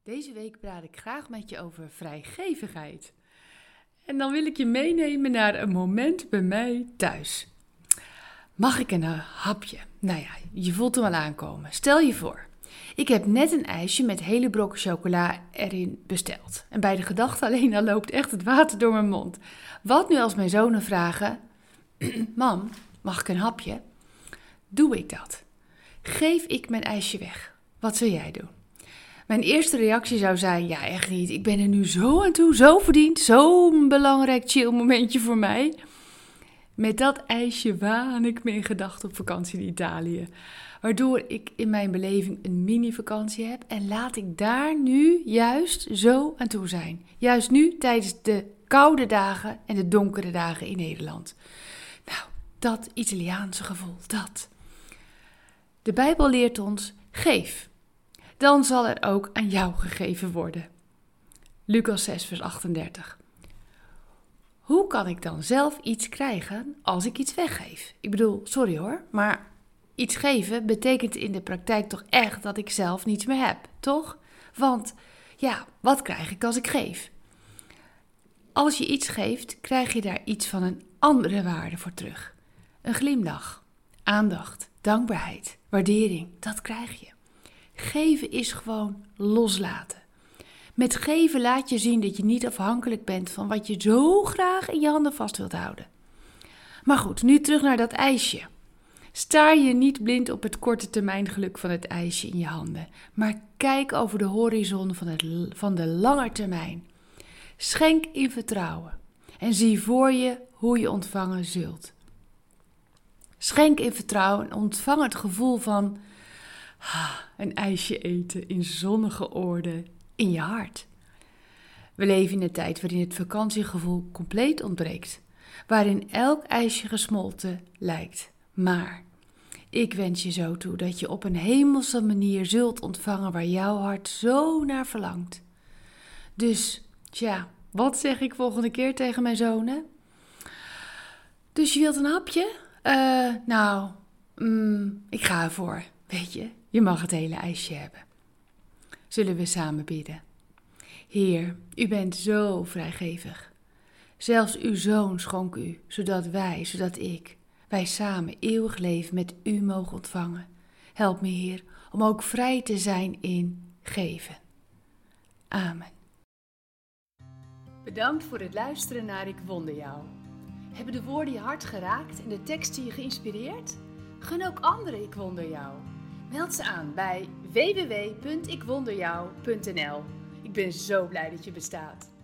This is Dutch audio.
Deze week praat ik graag met je over vrijgevigheid. En dan wil ik je meenemen naar een moment bij mij thuis. Mag ik een hapje? Nou ja, je voelt hem al aankomen. Stel je voor, ik heb net een ijsje met hele brokken chocola erin besteld. En bij de gedachte alleen al loopt echt het water door mijn mond. Wat nu als mijn zonen vragen, mam, mag ik een hapje? Doe ik dat? Geef ik mijn ijsje weg? Wat zou jij doen? Mijn eerste reactie zou zijn, ja echt niet, ik ben er nu zo aan toe, zo verdiend, zo'n belangrijk chill momentje voor mij. Met dat ijsje waan ik me in gedachten op vakantie in Italië. Waardoor ik in mijn beleving een mini-vakantie heb en laat ik daar nu juist zo aan toe zijn. Juist nu tijdens de koude dagen en de donkere dagen in Nederland. Nou, dat Italiaanse gevoel, dat. De Bijbel leert ons, geef. Dan zal er ook aan jou gegeven worden. Lucas 6 vers 38. Hoe kan ik dan zelf iets krijgen als ik iets weggeef? Ik bedoel, sorry hoor, maar iets geven betekent in de praktijk toch echt dat ik zelf niets meer heb, toch? Want ja, wat krijg ik als ik geef? Als je iets geeft, krijg je daar iets van een andere waarde voor terug. Een glimlach, aandacht, dankbaarheid, waardering, dat krijg je. Geven is gewoon loslaten. Met geven laat je zien dat je niet afhankelijk bent van wat je zo graag in je handen vast wilt houden. Maar goed, nu terug naar dat ijsje. Staar je niet blind op het korte termijn geluk van het ijsje in je handen, maar kijk over de horizon van de lange termijn. Schenk in vertrouwen en zie voor je hoe je ontvangen zult. Schenk in vertrouwen en ontvang het gevoel van een ijsje eten in zonnige orde in je hart. We leven in een tijd waarin het vakantiegevoel compleet ontbreekt, waarin elk ijsje gesmolten lijkt. Maar ik wens je zo toe dat je op een hemelse manier zult ontvangen waar jouw hart zo naar verlangt. Dus, tja, wat zeg ik volgende keer tegen mijn zonen? Dus je wilt een hapje? Ik ga ervoor. Weet je, je mag het hele ijsje hebben. Zullen we samen bidden? Heer, u bent zo vrijgevig. Zelfs uw zoon schonk u, zodat wij samen eeuwig leven met u mogen ontvangen. Help me, Heer, om ook vrij te zijn in geven. Amen. Bedankt voor het luisteren naar Ik Wonder Jou. Hebben de woorden je hart geraakt en de teksten je geïnspireerd? Gun ook anderen Ik Wonder Jou. Meld ze aan bij www.ikwonderjou.nl. Ik ben zo blij dat je bestaat.